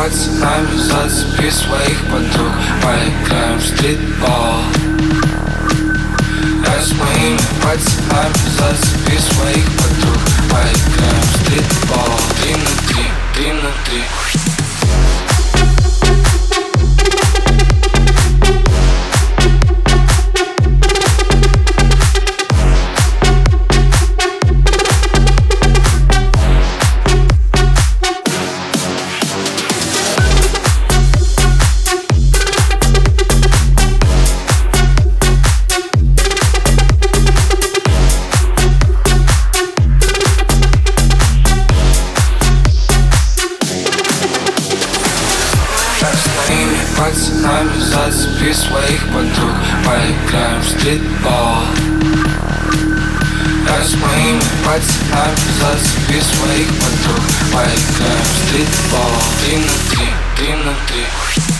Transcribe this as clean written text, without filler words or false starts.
пацанами зацепи своих подруг. Поиграем в стритбол. Я с моими пацанами зацепи своих подруг. Поиграем в стритбол. 3 на 3, 3 на 3. Пацанами зацепи своих подруг. Поиграем в стритбол. Я с моими пацанами зацепи своих подруг. Поиграем в стритбол. 3 на 3, 3 на 3.